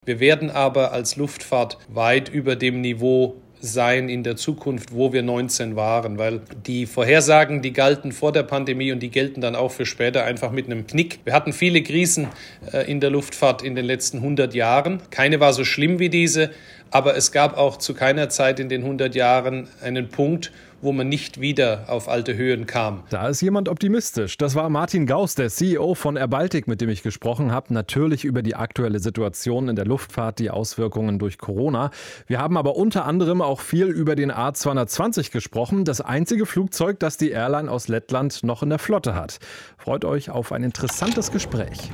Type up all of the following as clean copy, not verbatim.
Wir werden aber als Luftfahrt weit über dem Niveau sein in der Zukunft, wo wir 19 waren, weil die Vorhersagen, die galten vor der Pandemie und die gelten dann auch für später einfach mit einem Knick. Wir hatten viele Krisen in der Luftfahrt in den letzten 100 Jahren. Keine war so schlimm wie diese, aber es gab auch zu keiner Zeit in den 100 Jahren einen Punkt, wo man nicht wieder auf alte Höhen kam. Da ist jemand optimistisch. Das war Martin Gauß, der CEO von airBaltic, mit dem ich gesprochen habe. Natürlich über die aktuelle Situation in der Luftfahrt, die Auswirkungen durch Corona. Wir haben aber unter anderem auch viel über den A220 gesprochen. Das einzige Flugzeug, das die Airline aus Lettland noch in der Flotte hat. Freut euch auf ein interessantes Gespräch.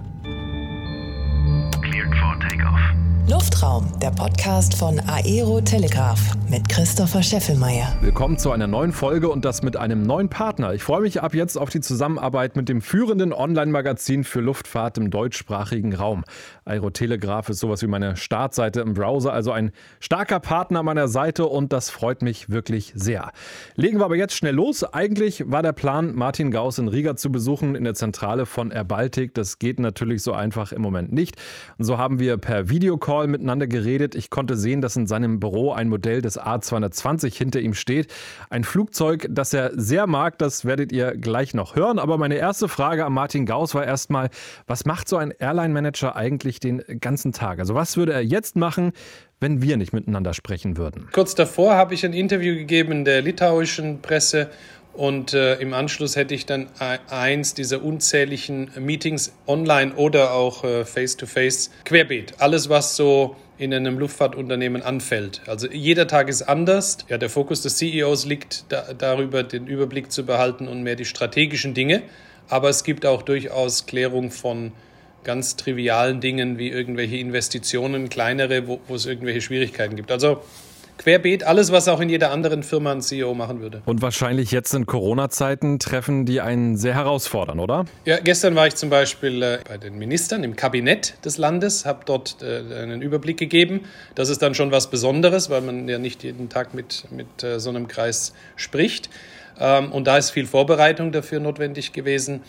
Cleared for takeoff. Luftraum, der Podcast von Aero Telegraph mit Christopher Scheffelmeier. Willkommen zu einer neuen Folge und das mit einem neuen Partner. Ich freue mich ab jetzt auf die Zusammenarbeit mit dem führenden Online-Magazin für Luftfahrt im deutschsprachigen Raum. Aero Telegraph ist sowas wie meine Startseite im Browser, also ein starker Partner an meiner Seite und das freut mich wirklich sehr. Legen wir aber jetzt schnell los. Eigentlich war der Plan, Martin Gauß in Riga zu besuchen, in der Zentrale von airBaltic. Das geht natürlich so einfach im Moment nicht. Und so haben wir per Videocall miteinander geredet. Ich konnte sehen, dass in seinem Büro ein Modell des A220 hinter ihm steht. Ein Flugzeug, das er sehr mag, das werdet ihr gleich noch hören. Aber meine erste Frage an Martin Gauß war erstmal, was macht so ein Airline-Manager eigentlich den ganzen Tag? Also was würde er jetzt machen, wenn wir nicht miteinander sprechen würden? Kurz davor habe ich ein Interview gegeben in der litauischen Presse. Und im Anschluss hätte ich dann eins dieser unzähligen Meetings online oder auch face-to-face querbeet. Alles, was so in einem Luftfahrtunternehmen anfällt. Also jeder Tag ist anders. Ja, der Fokus des CEOs liegt darüber, den Überblick zu behalten und mehr die strategischen Dinge. Aber es gibt auch durchaus Klärung von ganz trivialen Dingen wie irgendwelche Investitionen, kleinere, wo es irgendwelche Schwierigkeiten gibt. Also querbeet, alles, was auch in jeder anderen Firma ein CEO machen würde. Und wahrscheinlich jetzt in Corona-Zeiten Treffen, die einen sehr herausfordern, oder? Ja, gestern war ich zum Beispiel bei den Ministern im Kabinett des Landes, habe dort einen Überblick gegeben. Das ist dann schon was Besonderes, weil man ja nicht jeden Tag mit so einem Kreis spricht. Und da ist viel Vorbereitung dafür notwendig gewesen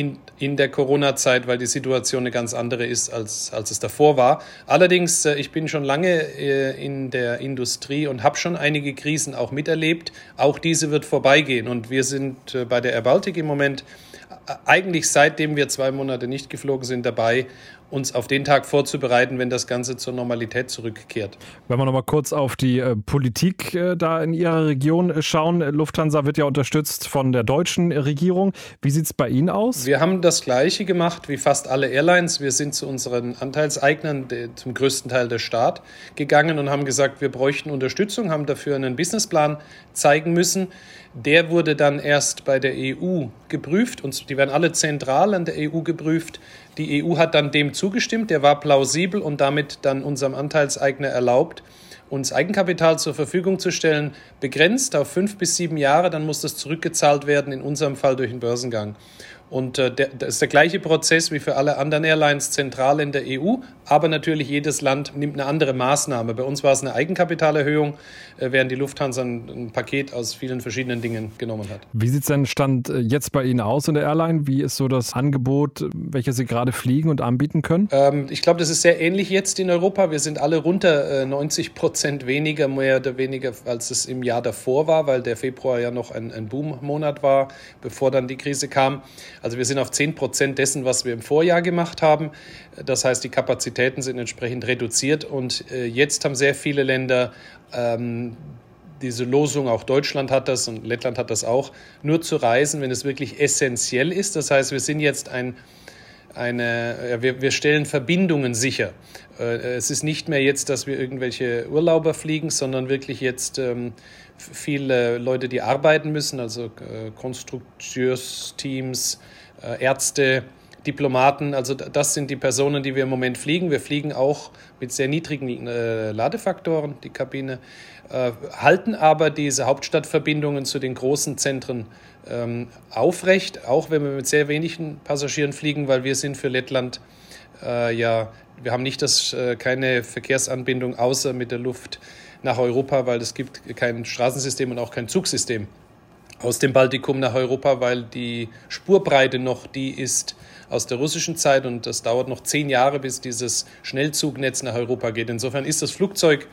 in der Corona-Zeit, weil die Situation eine ganz andere ist, als es davor war. Allerdings, ich bin schon lange in der Industrie und habe schon einige Krisen auch miterlebt. Auch diese wird vorbeigehen. Und wir sind bei der airBaltic im Moment eigentlich seitdem wir 2 Monate nicht geflogen sind dabei, uns auf den Tag vorzubereiten, wenn das Ganze zur Normalität zurückkehrt. Wenn wir noch mal kurz auf die Politik da in Ihrer Region schauen. Lufthansa wird ja unterstützt von der deutschen Regierung. Wie sieht es bei Ihnen aus? Wir haben das Gleiche gemacht wie fast alle Airlines. Wir sind zu unseren Anteilseignern, zum größten Teil der Staat, gegangen und haben gesagt, wir bräuchten Unterstützung, haben dafür einen Businessplan zeigen müssen. Der wurde dann erst bei der EU geprüft und die werden alle zentral an der EU geprüft. Die EU hat dann dem zugestimmt, der war plausibel und damit dann unserem Anteilseigner erlaubt, uns Eigenkapital zur Verfügung zu stellen, begrenzt auf 5 bis 7 Jahre, dann muss das zurückgezahlt werden, in unserem Fall durch einen Börsengang. Und das ist der gleiche Prozess wie für alle anderen Airlines zentral in der EU, aber natürlich jedes Land nimmt eine andere Maßnahme. Bei uns war es eine Eigenkapitalerhöhung, während die Lufthansa ein Paket aus vielen verschiedenen Dingen genommen hat. Wie sieht es denn Stand jetzt bei Ihnen aus in der Airline? Wie ist so das Angebot, welches Sie gerade fliegen und anbieten können? Ich glaube, das ist sehr ähnlich jetzt in Europa. Wir sind alle runter 90% weniger, mehr oder weniger, als es im Jahr davor war, weil der Februar ja noch ein Boom-Monat war, bevor dann die Krise kam. Also wir sind auf 10% dessen, was wir im Vorjahr gemacht haben. Das heißt, die Kapazitäten sind entsprechend reduziert und jetzt haben sehr viele Länder diese Losung, auch Deutschland hat das und Lettland hat das auch, nur zu reisen, wenn es wirklich essentiell ist. Das heißt, wir sind jetzt wir stellen Verbindungen sicher. Es ist nicht mehr jetzt, dass wir irgendwelche Urlauber fliegen, sondern wirklich jetzt viele Leute, die arbeiten müssen, also Konstrukteursteams, Ärzte, Diplomaten, also das sind die Personen, die wir im Moment fliegen. Wir fliegen auch mit sehr niedrigen Ladefaktoren, die Kabine, halten aber diese Hauptstadtverbindungen zu den großen Zentren aufrecht, auch wenn wir mit sehr wenigen Passagieren fliegen, weil wir sind für Lettland, wir haben nicht keine Verkehrsanbindung außer mit der Luft nach Europa, weil es gibt kein Straßensystem und auch kein Zugsystem aus dem Baltikum nach Europa, weil die Spurbreite noch die ist aus der russischen Zeit und das dauert noch 10 Jahre, bis dieses Schnellzugnetz nach Europa geht. Insofern ist das Flugzeug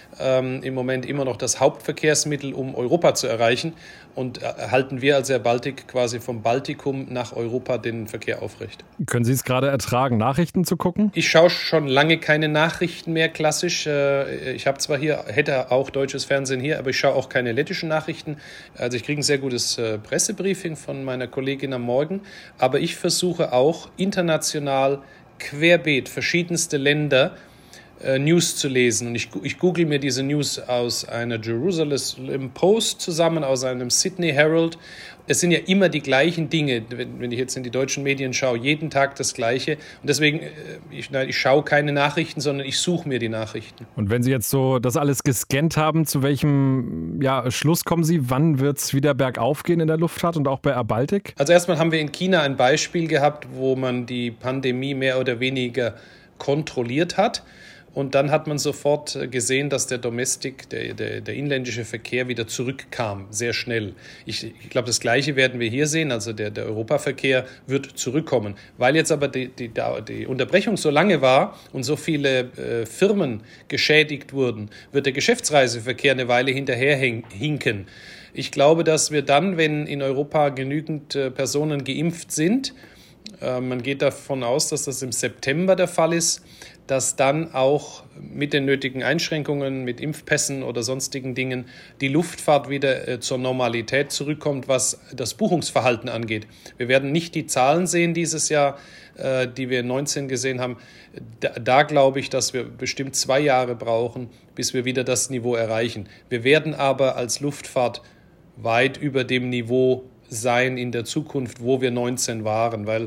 im Moment immer noch das Hauptverkehrsmittel, um Europa zu erreichen und halten wir als Air Baltic quasi vom Baltikum nach Europa den Verkehr aufrecht. Können Sie es gerade ertragen, Nachrichten zu gucken? Ich schaue schon lange keine Nachrichten mehr klassisch. Ich habe zwar hätte auch deutsches Fernsehen hier, aber ich schaue auch keine lettischen Nachrichten. Also ich kriege ein sehr gutes Pressebriefing von meiner Kollegin am Morgen, aber ich versuche auch international querbeet verschiedenste Länder News zu lesen. Und ich google mir diese News aus einer Jerusalem Post zusammen, aus einem Sydney Herald. Es sind ja immer die gleichen Dinge, wenn ich jetzt in die deutschen Medien schaue, jeden Tag das Gleiche. Und deswegen, ich schaue keine Nachrichten, sondern ich suche mir die Nachrichten. Und wenn Sie jetzt so das alles gescannt haben, zu welchem Schluss kommen Sie? Wann wird es wieder bergauf gehen in der Luftfahrt und auch bei Air Baltic? Also erstmal haben wir in China ein Beispiel gehabt, wo man die Pandemie mehr oder weniger kontrolliert hat. Und dann hat man sofort gesehen, dass der der inländische Verkehr wieder zurückkam, sehr schnell. Ich glaube, das Gleiche werden wir hier sehen. Also der Europaverkehr wird zurückkommen. Weil jetzt aber die Unterbrechung so lange war und so viele Firmen geschädigt wurden, wird der Geschäftsreiseverkehr eine Weile hinterher hinken. Ich glaube, dass wir dann, wenn in Europa genügend Personen geimpft sind, man geht davon aus, dass das im September der Fall ist, dass dann auch mit den nötigen Einschränkungen, mit Impfpässen oder sonstigen Dingen die Luftfahrt wieder zur Normalität zurückkommt, was das Buchungsverhalten angeht. Wir werden nicht die Zahlen sehen dieses Jahr, die wir 2019 gesehen haben. Da glaube ich, dass wir bestimmt 2 Jahre brauchen, bis wir wieder das Niveau erreichen. Wir werden aber als Luftfahrt weit über dem Niveau sein in der Zukunft, wo wir 2019 waren, weil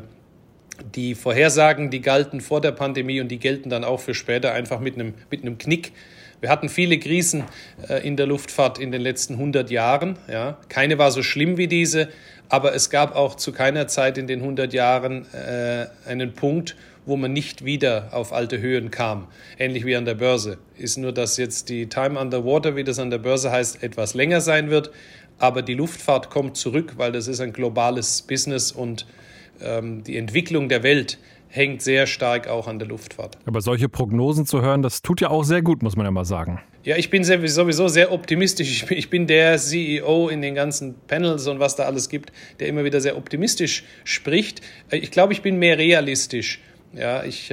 die Vorhersagen, die galten vor der Pandemie und die gelten dann auch für später einfach mit einem Knick. Wir hatten viele Krisen in der Luftfahrt in den letzten 100 Jahren. Ja. Keine war so schlimm wie diese, aber es gab auch zu keiner Zeit in den 100 Jahren einen Punkt, wo man nicht wieder auf alte Höhen kam. Ähnlich wie an der Börse. Ist nur, dass jetzt die Time Underwater, wie das an der Börse heißt, etwas länger sein wird. Aber die Luftfahrt kommt zurück, weil das ist ein globales Business und die Entwicklung der Welt hängt sehr stark auch an der Luftfahrt. Aber solche Prognosen zu hören, das tut ja auch sehr gut, muss man ja mal sagen. Ja, ich bin sowieso sehr optimistisch. Ich bin der CEO in den ganzen Panels und was da alles gibt, der immer wieder sehr optimistisch spricht. Ich glaube, ich bin mehr realistisch. Ja, ich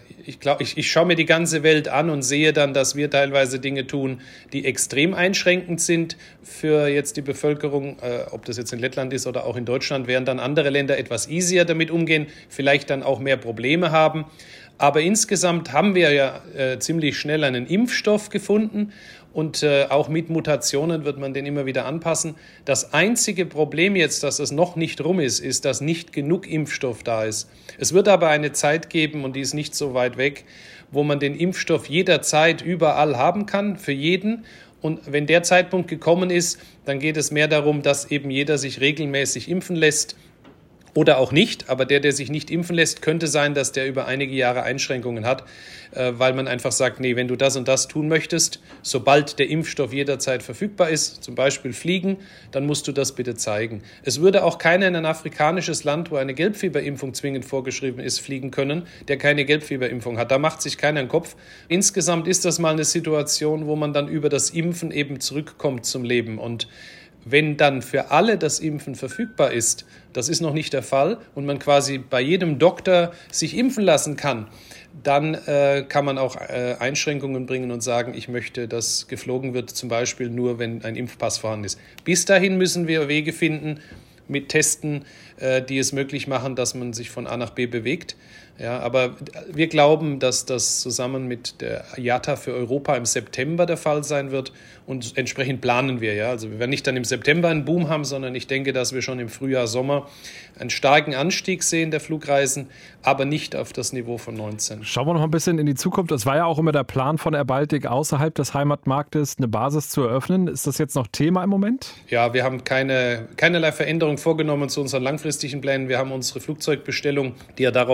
schaue mir die ganze Welt an und sehe dann, dass wir teilweise Dinge tun, die extrem einschränkend sind für jetzt die Bevölkerung, ob das jetzt in Lettland ist oder auch in Deutschland, während dann andere Länder etwas easier damit umgehen, vielleicht dann auch mehr Probleme haben. Aber insgesamt haben wir ja ziemlich schnell einen Impfstoff gefunden und auch mit Mutationen wird man den immer wieder anpassen. Das einzige Problem jetzt, dass es noch nicht rum ist, ist, dass nicht genug Impfstoff da ist. Es wird aber eine Zeit geben, und die ist nicht so weit weg, wo man den Impfstoff jederzeit überall haben kann, für jeden. Und wenn der Zeitpunkt gekommen ist, dann geht es mehr darum, dass eben jeder sich regelmäßig impfen lässt. Oder auch nicht, aber der sich nicht impfen lässt, könnte sein, dass der über einige Jahre Einschränkungen hat, weil man einfach sagt, nee, wenn du das und das tun möchtest, sobald der Impfstoff jederzeit verfügbar ist, zum Beispiel fliegen, dann musst du das bitte zeigen. Es würde auch keiner in ein afrikanisches Land, wo eine Gelbfieberimpfung zwingend vorgeschrieben ist, fliegen können, der keine Gelbfieberimpfung hat. Da macht sich keiner einen Kopf. Insgesamt ist das mal eine Situation, wo man dann über das Impfen eben zurückkommt zum Leben. Und wenn dann für alle das Impfen verfügbar ist, das ist noch nicht der Fall, und man quasi bei jedem Doktor sich impfen lassen kann, dann kann man auch Einschränkungen bringen und sagen, ich möchte, dass geflogen wird, zum Beispiel nur, wenn ein Impfpass vorhanden ist. Bis dahin müssen wir Wege finden mit Testen, die es möglich machen, dass man sich von A nach B bewegt. Ja, aber wir glauben, dass das zusammen mit der IATA für Europa im September der Fall sein wird, und entsprechend planen wir. Ja. Also wir werden nicht dann im September einen Boom haben, sondern ich denke, dass wir schon im Frühjahr, Sommer einen starken Anstieg sehen der Flugreisen, aber nicht auf das Niveau von 2019. Schauen wir noch ein bisschen in die Zukunft. Es war ja auch immer der Plan von Air Baltic, außerhalb des Heimatmarktes eine Basis zu eröffnen. Ist das jetzt noch Thema im Moment? Ja, wir haben keinerlei Veränderung vorgenommen zu unseren langfristigen Plänen. Wir haben unsere Flugzeugbestellung, die ja darauf abzielt,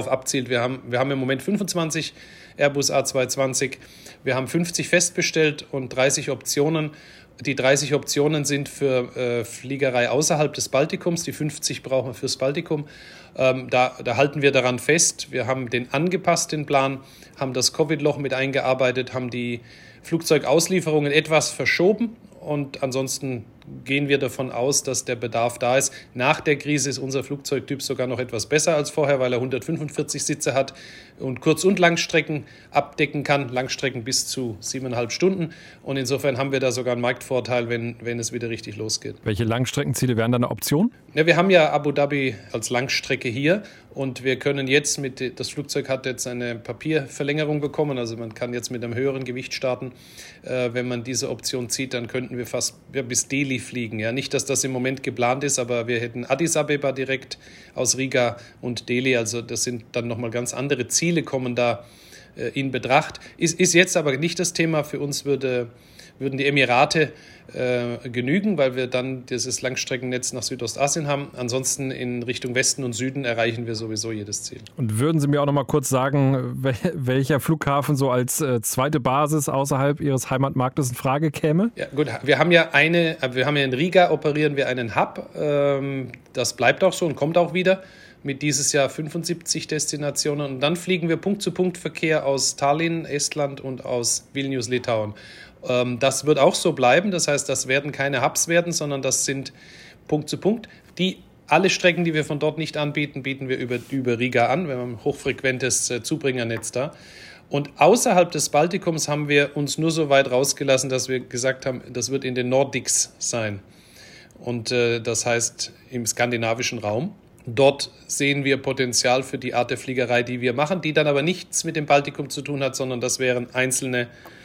Wir haben im Moment 25 Airbus A220. Wir haben 50 festbestellt und 30 Optionen. Die 30 Optionen sind für Fliegerei außerhalb des Baltikums. Die 50 brauchen wir fürs Baltikum. Da halten wir daran fest. Wir haben den angepassten Plan, haben das Covid-Loch mit eingearbeitet, haben die Flugzeugauslieferungen etwas verschoben. Und ansonsten gehen wir davon aus, dass der Bedarf da ist. Nach der Krise ist unser Flugzeugtyp sogar noch etwas besser als vorher, weil er 145 Sitze hat und Kurz- und Langstrecken abdecken kann. Langstrecken bis zu 7,5 Stunden. Und insofern haben wir da sogar einen Marktvorteil, wenn es wieder richtig losgeht. Welche Langstreckenziele wären da eine Option? Ja, wir haben ja Abu Dhabi als Langstrecke hier und wir können jetzt das Flugzeug hat jetzt eine Papierverlängerung bekommen, also man kann jetzt mit einem höheren Gewicht starten. Wenn man diese Option zieht, dann könnten wir fast bis Delhi fliegen. Ja, nicht, dass das im Moment geplant ist, aber wir hätten Addis Abeba direkt aus Riga und Delhi, also das sind dann nochmal ganz andere Ziele, kommen da in Betracht. Ist jetzt aber nicht das Thema. Für uns würden die Emirate genügen, weil wir dann dieses Langstreckennetz nach Südostasien haben. Ansonsten in Richtung Westen und Süden erreichen wir sowieso jedes Ziel. Und würden Sie mir auch noch mal kurz sagen, welcher Flughafen so als zweite Basis außerhalb Ihres Heimatmarktes in Frage käme? Ja, gut, wir haben ja in Riga operieren wir einen Hub. Das bleibt auch so und kommt auch wieder. Mit dieses Jahr 75 Destinationen. Und dann fliegen wir Punkt-zu-Punkt-Verkehr aus Tallinn, Estland und aus Vilnius, Litauen. Das wird auch so bleiben. Das heißt, das werden keine Hubs werden, sondern das sind Punkt-zu-Punkt. Alle Strecken, die wir von dort nicht anbieten, bieten wir über Riga an. Wir haben ein hochfrequentes Zubringernetz da. Und außerhalb des Baltikums haben wir uns nur so weit rausgelassen, dass wir gesagt haben, das wird in den Nordics sein. Und das heißt im skandinavischen Raum. Dort sehen wir Potenzial für die Art der Fliegerei, die wir machen, die dann aber nichts mit dem Baltikum zu tun hat, sondern das wären einzelne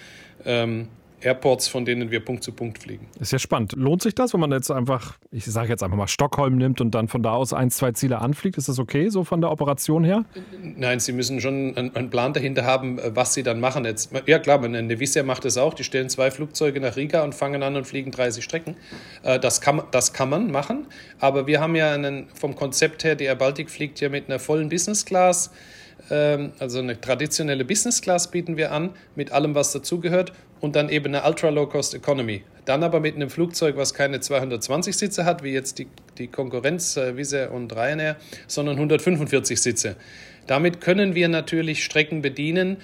Airports, von denen wir Punkt zu Punkt fliegen. Ist ja spannend. Lohnt sich das, wenn man jetzt einfach, ich sage jetzt einfach mal Stockholm nimmt und dann von da aus 1, 2 Ziele anfliegt? Ist das okay, so von der Operation her? Nein, Sie müssen schon einen Plan dahinter haben, was Sie dann machen. Jetzt, ja klar, eine Wizz Air macht das auch. Die stellen 2 Flugzeuge nach Riga und fangen an und fliegen 30 Strecken. Das kann man machen. Aber wir haben ja vom Konzept her, die Air Baltic fliegt ja mit einer vollen Business Class. Also eine traditionelle Business Class bieten wir an, mit allem, was dazugehört. Und dann eben eine Ultra-Low-Cost Economy. Dann aber mit einem Flugzeug, was keine 220 Sitze hat, wie jetzt die Konkurrenz Wizz Air und Ryanair, sondern 145 Sitze. Damit können wir natürlich Strecken bedienen,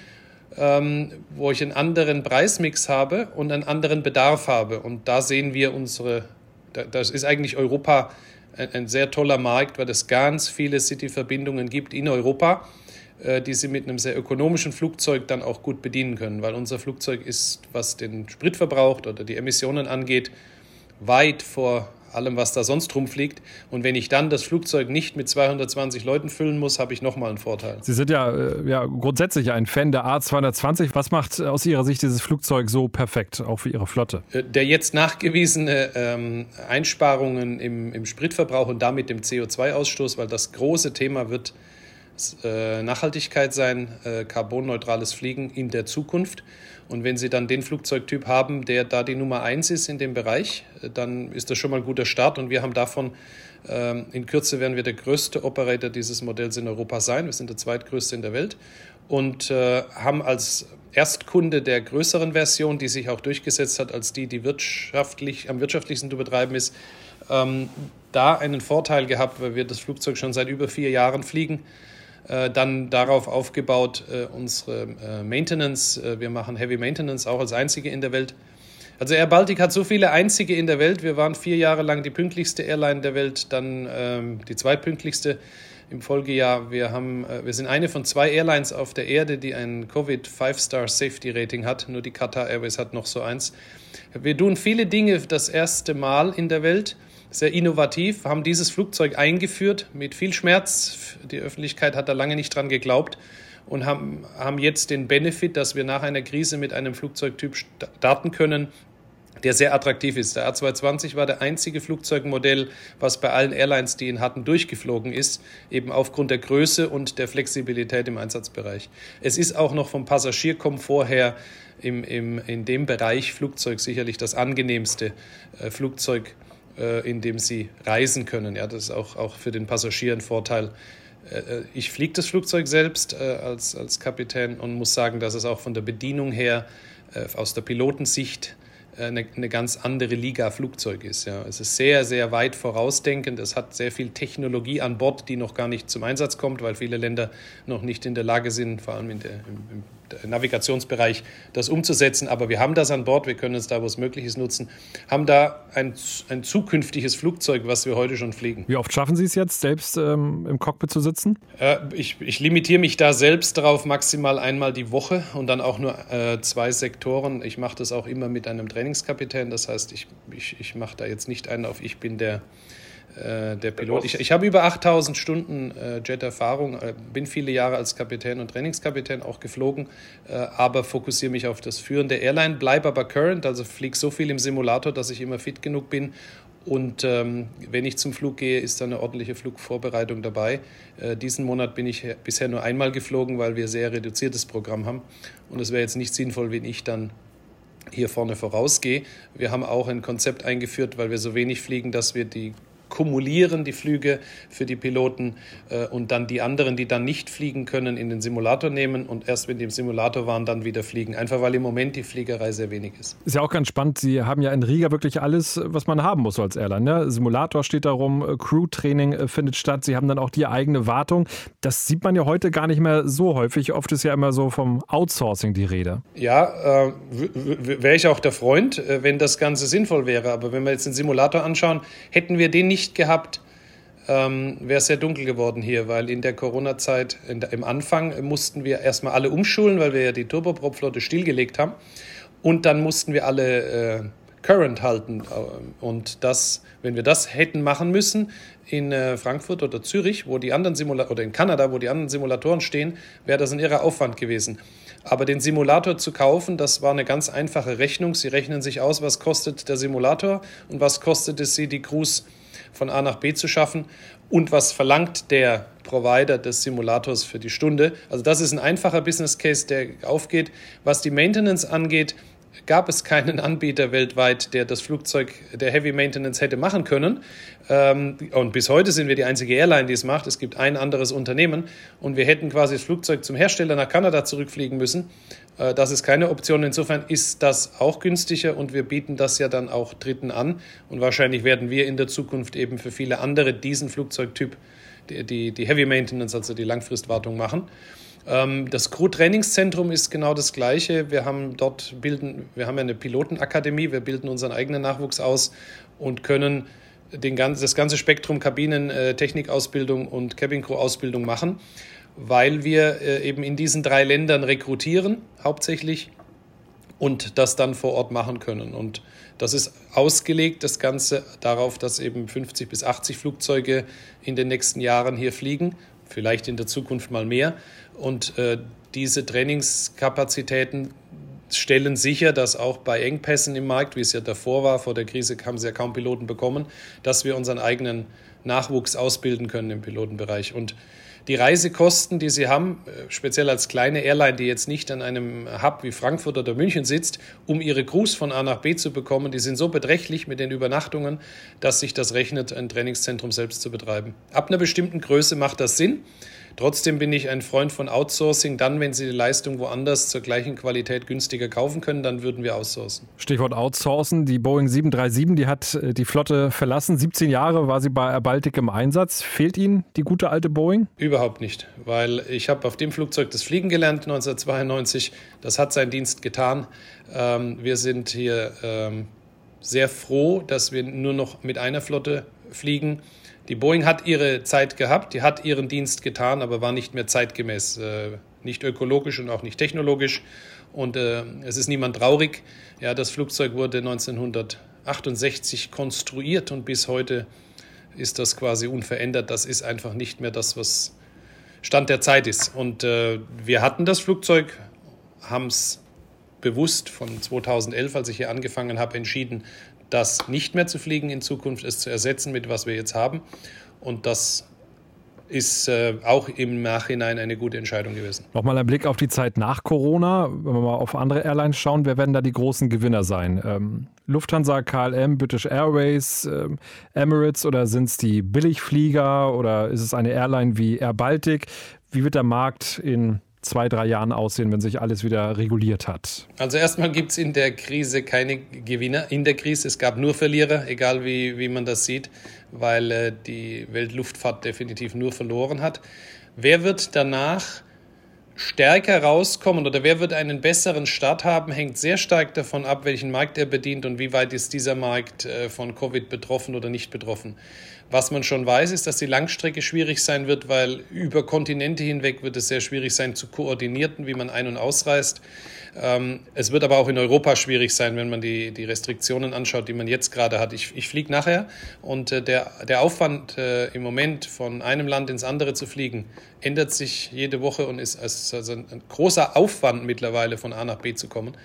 wo ich einen anderen Preismix habe und einen anderen Bedarf habe. Und da sehen wir das ist eigentlich Europa ein sehr toller Markt, weil es ganz viele City-Verbindungen gibt in Europa, die Sie mit einem sehr ökonomischen Flugzeug dann auch gut bedienen können, weil unser Flugzeug ist, was den Spritverbrauch oder die Emissionen angeht, weit vor allem, was da sonst rumfliegt. Und wenn ich dann das Flugzeug nicht mit 220 Leuten füllen muss, habe ich nochmal einen Vorteil. Sie sind ja grundsätzlich ein Fan der A220. Was macht aus Ihrer Sicht dieses Flugzeug so perfekt, auch für Ihre Flotte? Der jetzt nachgewiesene Einsparungen im Spritverbrauch und damit dem CO2-Ausstoß, weil das große Thema wird Nachhaltigkeit sein, carbonneutrales Fliegen in der Zukunft. Und wenn Sie dann den Flugzeugtyp haben, der da die Nummer 1 ist in dem Bereich, dann ist das schon mal ein guter Start. Und wir haben davon, in Kürze werden wir der größte Operator dieses Modells in Europa sein. Wir sind der zweitgrößte in der Welt und haben als Erstkunde der größeren Version, die sich auch durchgesetzt hat, als die am wirtschaftlichsten zu betreiben ist, da einen Vorteil gehabt, weil wir das Flugzeug schon seit über 4 Jahren fliegen. Dann darauf aufgebaut unsere Maintenance. Wir machen Heavy Maintenance auch als einzige in der Welt. Also Air Baltic hat so viele einzige in der Welt. Wir waren 4 Jahre lang die pünktlichste Airline der Welt, dann die zweitpünktlichste im Folgejahr. Wir sind eine von 2 Airlines auf der Erde, die ein Covid 5-Star Safety Rating hat. Nur die Qatar Airways hat noch so eins. Wir tun viele Dinge das erste Mal in der Welt. Sehr innovativ, haben dieses Flugzeug eingeführt mit viel Schmerz. Die Öffentlichkeit hat da lange nicht dran geglaubt und haben jetzt den Benefit, dass wir nach einer Krise mit einem Flugzeugtyp starten können, der sehr attraktiv ist. Der A220 war der einzige Flugzeugmodell, was bei allen Airlines, die ihn hatten, durchgeflogen ist, eben aufgrund der Größe und der Flexibilität im Einsatzbereich. Es ist auch noch vom Passagierkomfort her in dem Bereich Flugzeug sicherlich das angenehmste Flugzeug, in dem sie reisen können. Ja, das ist auch für den Passagier ein Vorteil, Ich fliege das Flugzeug selbst als Kapitän und muss sagen, dass es auch von der Bedienung her aus der Pilotensicht eine ganz andere Liga Flugzeug ist. Ja. Es ist sehr, sehr weit vorausdenkend. Es hat sehr viel Technologie an Bord, die noch gar nicht zum Einsatz kommt, weil viele Länder noch nicht in der Lage sind, vor allem im Navigationsbereich, das umzusetzen. Aber wir haben das an Bord, wir können es da, wo es möglich ist, nutzen, haben da ein zukünftiges Flugzeug, was wir heute schon fliegen. Wie oft schaffen Sie es jetzt, selbst im Cockpit zu sitzen? Ich limitiere mich da selbst darauf, maximal einmal die Woche und dann auch nur 2 Sektoren. Ich mache das auch immer mit einem Trainingskapitän. Das heißt, ich mache da jetzt nicht einen auf, ich bin der Pilot. Ich habe über 8000 Stunden Jet-Erfahrung, bin viele Jahre als Kapitän und Trainingskapitän auch geflogen, aber fokussiere mich auf das Führen der Airline, bleibe aber current, also fliege so viel im Simulator, dass ich immer fit genug bin. Und wenn ich zum Flug gehe, ist da eine ordentliche Flugvorbereitung dabei. Diesen Monat bin ich bisher nur einmal geflogen, weil wir sehr reduziertes Programm haben. Und es wäre jetzt nicht sinnvoll, wenn ich dann hier vorne vorausgehe. Wir haben auch ein Konzept eingeführt, weil wir so wenig fliegen, dass wir die kumulieren, die Flüge für die Piloten und dann die anderen, die dann nicht fliegen können, in den Simulator nehmen und erst, wenn die im Simulator waren, dann wieder fliegen. Einfach, weil im Moment die Fliegerei sehr wenig ist. Ist ja auch ganz spannend. Sie haben ja in Riga wirklich alles, was man haben muss als Airline. Ne? Simulator steht da rum, Crew-Training findet statt. Sie haben dann auch die eigene Wartung. Das sieht man ja heute gar nicht mehr so häufig. Oft ist ja immer so vom Outsourcing die Rede. Ja, wäre ich auch der Freund, wenn das Ganze sinnvoll wäre. Aber wenn wir jetzt den Simulator anschauen, hätten wir den nicht gehabt, wäre es sehr dunkel geworden hier, weil in der Corona-Zeit, im Anfang, mussten wir erstmal alle umschulen, weil wir ja die Turboprop-Flotte stillgelegt haben. Und dann mussten wir alle Current halten. Und das, wenn wir das hätten machen müssen in Frankfurt oder Zürich, wo die anderen oder in Kanada, wo die anderen Simulatoren stehen, wäre das ein irrer Aufwand gewesen. Aber den Simulator zu kaufen, das war eine ganz einfache Rechnung. Sie rechnen sich aus, was kostet der Simulator und was kostet es sie, die Crews von A nach B zu schaffen und was verlangt der Provider des Simulators für die Stunde. Also das ist ein einfacher Business Case, der aufgeht. Was die Maintenance angeht, gab es keinen Anbieter weltweit, der das Flugzeug der Heavy Maintenance hätte machen können. Und bis heute sind wir die einzige Airline, die es macht. Es gibt ein anderes Unternehmen und wir hätten quasi das Flugzeug zum Hersteller nach Kanada zurückfliegen müssen. Das ist keine Option. Insofern ist das auch günstiger und wir bieten das ja dann auch Dritten an. Und wahrscheinlich werden wir in der Zukunft eben für viele andere diesen Flugzeugtyp, die Heavy Maintenance, also die Langfristwartung machen. Das Crew-Trainingszentrum ist genau das Gleiche. Wir haben ja eine Pilotenakademie, wir bilden unseren eigenen Nachwuchs aus und können das ganze Spektrum Kabinen, Technikausbildung und Cabin-Crew-Ausbildung machen, weil wir eben in diesen 3 Ländern rekrutieren, hauptsächlich, und das dann vor Ort machen können. Und das ist ausgelegt, das Ganze, darauf, dass eben 50 bis 80 Flugzeuge in den nächsten Jahren hier fliegen, vielleicht in der Zukunft mal mehr. Und diese Trainingskapazitäten stellen sicher, dass auch bei Engpässen im Markt, wie es ja davor war, vor der Krise haben sie ja kaum Piloten bekommen, dass wir unseren eigenen Nachwuchs ausbilden können im Pilotenbereich. Und die Reisekosten, die sie haben, speziell als kleine Airline, die jetzt nicht an einem Hub wie Frankfurt oder München sitzt, um ihre Crews von A nach B zu bekommen, die sind so beträchtlich mit den Übernachtungen, dass sich das rechnet, ein Trainingszentrum selbst zu betreiben. Ab einer bestimmten Größe macht das Sinn. Trotzdem bin ich ein Freund von Outsourcing. Dann, wenn Sie die Leistung woanders zur gleichen Qualität günstiger kaufen können, dann würden wir outsourcen. Stichwort Outsourcen. Die Boeing 737, die hat die Flotte verlassen. 17 Jahre war sie bei Air Baltic im Einsatz. Fehlt Ihnen die gute alte Boeing? Überhaupt nicht, weil ich habe auf dem Flugzeug das Fliegen gelernt 1992. Das hat seinen Dienst getan. Wir sind hier sehr froh, dass wir nur noch mit einer Flotte fliegen. Die Boeing hat ihre Zeit gehabt, die hat ihren Dienst getan, aber war nicht mehr zeitgemäß, nicht ökologisch und auch nicht technologisch. Und es ist niemand traurig. Ja, das Flugzeug wurde 1968 konstruiert und bis heute ist das quasi unverändert. Das ist einfach nicht mehr das, was Stand der Zeit ist. Und wir hatten das Flugzeug, haben es bewusst von 2011, als ich hier angefangen habe, entschieden, das nicht mehr zu fliegen in Zukunft, es zu ersetzen mit was wir jetzt haben. Und das ist auch im Nachhinein eine gute Entscheidung gewesen. Nochmal ein Blick auf die Zeit nach Corona. Wenn wir mal auf andere Airlines schauen, wer werden da die großen Gewinner sein? Lufthansa, KLM, British Airways, Emirates oder sind es die Billigflieger oder ist es eine Airline wie Air Baltic? Wie wird der Markt in 2-3 Jahren aussehen, wenn sich alles wieder reguliert hat? Also erstmal gibt es in der Krise keine Gewinner. In der Krise, es gab nur Verlierer, egal wie man das sieht, weil die Weltluftfahrt definitiv nur verloren hat. Wer wird danach stärker rauskommen oder wer wird einen besseren Start haben, hängt sehr stark davon ab, welchen Markt er bedient und wie weit ist dieser Markt von Covid betroffen oder nicht betroffen. Was man schon weiß, ist, dass die Langstrecke schwierig sein wird, weil über Kontinente hinweg wird es sehr schwierig sein zu koordinieren, wie man ein- und ausreist. Es wird aber auch in Europa schwierig sein, wenn man die Restriktionen anschaut, die man jetzt gerade hat. Ich fliege nachher und der Aufwand im Moment von einem Land ins andere zu fliegen, ändert sich jede Woche und ist also ein großer Aufwand mittlerweile von A nach B zu kommen.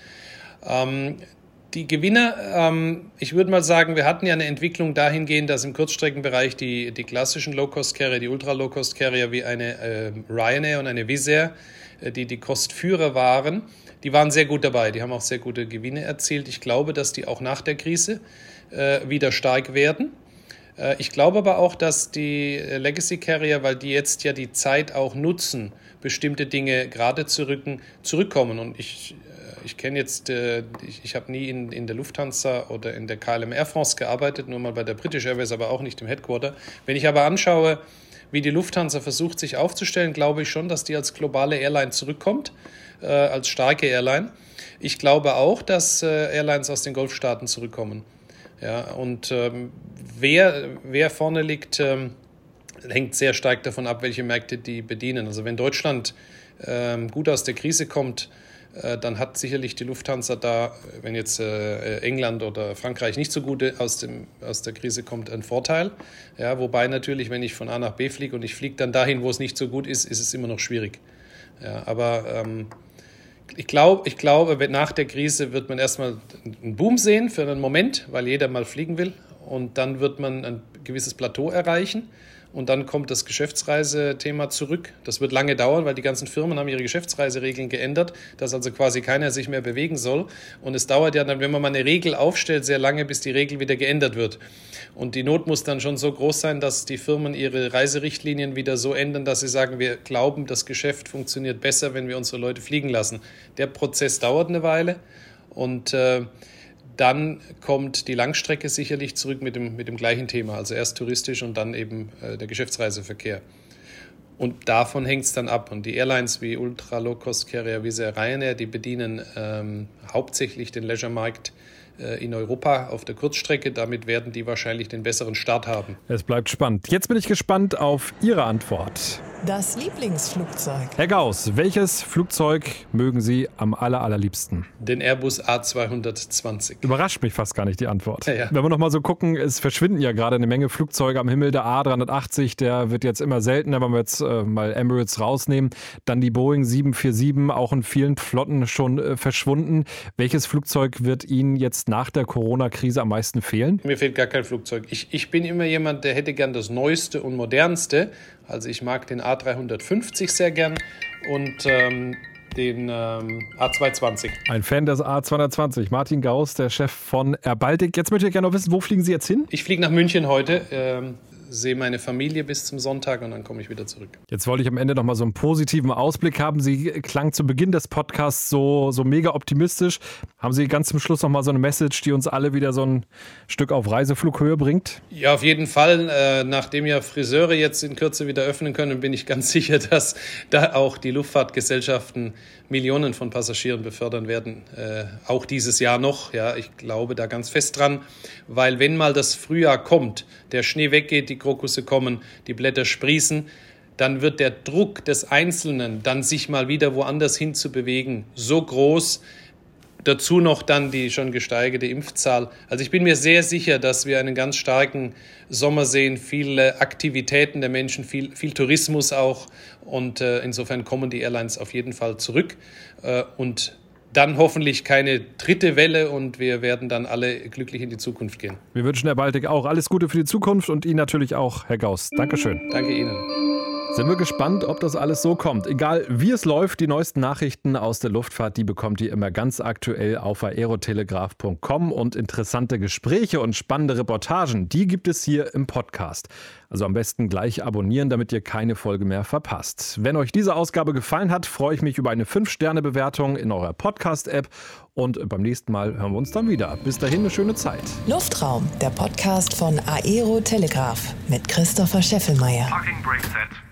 Die Gewinner, ich würde mal sagen, wir hatten ja eine Entwicklung dahingehend, dass im Kurzstreckenbereich die klassischen Low-Cost-Carrier, die Ultra-Low-Cost-Carrier wie eine Ryanair und eine Wizz Air, die Kostführer waren, die waren sehr gut dabei. Die haben auch sehr gute Gewinne erzielt. Ich glaube, dass die auch nach der Krise wieder stark werden. Ich glaube aber auch, dass die Legacy Carrier, weil die jetzt ja die Zeit auch nutzen, bestimmte Dinge gerade zu rücken, zurückkommen. Und ich kenne jetzt, ich habe nie in der Lufthansa oder in der KLM Air France gearbeitet, nur mal bei der British Airways, aber auch nicht im Headquarter. Wenn ich aber anschaue, wie die Lufthansa versucht, sich aufzustellen, glaube ich schon, dass die als globale Airline zurückkommt, als starke Airline. Ich glaube auch, dass Airlines aus den Golfstaaten zurückkommen. Ja, und wer vorne liegt, hängt sehr stark davon ab, welche Märkte die bedienen. Also wenn Deutschland gut aus der Krise kommt, dann hat sicherlich die Lufthansa da, wenn jetzt England oder Frankreich nicht so gut aus der Krise kommt, einen Vorteil. Ja, wobei natürlich, wenn ich von A nach B fliege und ich fliege dann dahin, wo es nicht so gut ist, ist es immer noch schwierig. Ja, aber ich glaube, nach der Krise wird man erstmal einen Boom sehen für einen Moment, weil jeder mal fliegen will. Und dann wird man ein gewisses Plateau erreichen. Und dann kommt das Geschäftsreisethema zurück. Das wird lange dauern, weil die ganzen Firmen haben ihre Geschäftsreiseregeln geändert, dass also quasi keiner sich mehr bewegen soll. Und es dauert ja dann, wenn man mal eine Regel aufstellt, sehr lange, bis die Regel wieder geändert wird. Und die Not muss dann schon so groß sein, dass die Firmen ihre Reiserichtlinien wieder so ändern, dass sie sagen, wir glauben, das Geschäft funktioniert besser, wenn wir unsere Leute fliegen lassen. Der Prozess dauert eine Weile und dann kommt die Langstrecke sicherlich zurück mit dem gleichen Thema, also erst touristisch und dann eben der Geschäftsreiseverkehr. Und davon hängt es dann ab. Und die Airlines wie Ultra-Low-Cost-Carrier, wie Ryanair, die bedienen hauptsächlich den Leisure-Markt in Europa auf der Kurzstrecke. Damit werden die wahrscheinlich den besseren Start haben. Es bleibt spannend. Jetzt bin ich gespannt auf Ihre Antwort. Das Lieblingsflugzeug. Herr Gauss, welches Flugzeug mögen Sie am allerliebsten? Den Airbus A220. Überrascht mich fast gar nicht die Antwort. Ja. Wenn wir noch mal so gucken, es verschwinden ja gerade eine Menge Flugzeuge am Himmel. Der A380, der wird jetzt immer seltener, wenn wir jetzt mal Emirates rausnehmen. Dann die Boeing 747, auch in vielen Flotten schon verschwunden. Welches Flugzeug wird Ihnen jetzt nach der Corona-Krise am meisten fehlen? Mir fehlt gar kein Flugzeug. Ich bin immer jemand, der hätte gern das Neueste und Modernste. Also ich mag den A350 sehr gern und den A220. Ein Fan des A220. Martin Gauss, der Chef von Air Baltic. Jetzt möchte ich gerne noch wissen, wo fliegen Sie jetzt hin? Ich fliege nach München heute. Sehe meine Familie bis zum Sonntag und dann komme ich wieder zurück. Jetzt wollte ich am Ende noch mal so einen positiven Ausblick haben. Sie klang zu Beginn des Podcasts so mega optimistisch. Haben Sie ganz zum Schluss noch mal so eine Message, die uns alle wieder so ein Stück auf Reiseflughöhe bringt? Ja, auf jeden Fall. Nachdem ja Friseure jetzt in Kürze wieder öffnen können, bin ich ganz sicher, dass da auch die Luftfahrtgesellschaften Millionen von Passagieren befördern werden. Auch dieses Jahr noch. Ja, ich glaube da ganz fest dran. Weil wenn mal das Frühjahr kommt, der Schnee weggeht, die Krokusse kommen, die Blätter sprießen, dann wird der Druck des Einzelnen, dann sich mal wieder woanders hin zu bewegen, so groß. Dazu noch dann die schon gesteigerte Impfzahl. Also ich bin mir sehr sicher, dass wir einen ganz starken Sommer sehen, viele Aktivitäten der Menschen, viel Tourismus auch. Und insofern kommen die Airlines auf jeden Fall zurück. Und dann hoffentlich keine dritte Welle und wir werden dann alle glücklich in die Zukunft gehen. Wir wünschen Air Baltic auch alles Gute für die Zukunft und Ihnen natürlich auch, Herr Gauss. Dankeschön. Danke Ihnen. Sind wir gespannt, ob das alles so kommt. Egal wie es läuft, die neuesten Nachrichten aus der Luftfahrt, die bekommt ihr immer ganz aktuell auf aerotelegraph.com und interessante Gespräche und spannende Reportagen, die gibt es hier im Podcast. Also am besten gleich abonnieren, damit ihr keine Folge mehr verpasst. Wenn euch diese Ausgabe gefallen hat, freue ich mich über eine 5-Sterne-Bewertung in eurer Podcast-App und beim nächsten Mal hören wir uns dann wieder. Bis dahin eine schöne Zeit. Luftraum, der Podcast von Aero Telegraph mit Christopher Scheffelmeier. Parking Brake Set.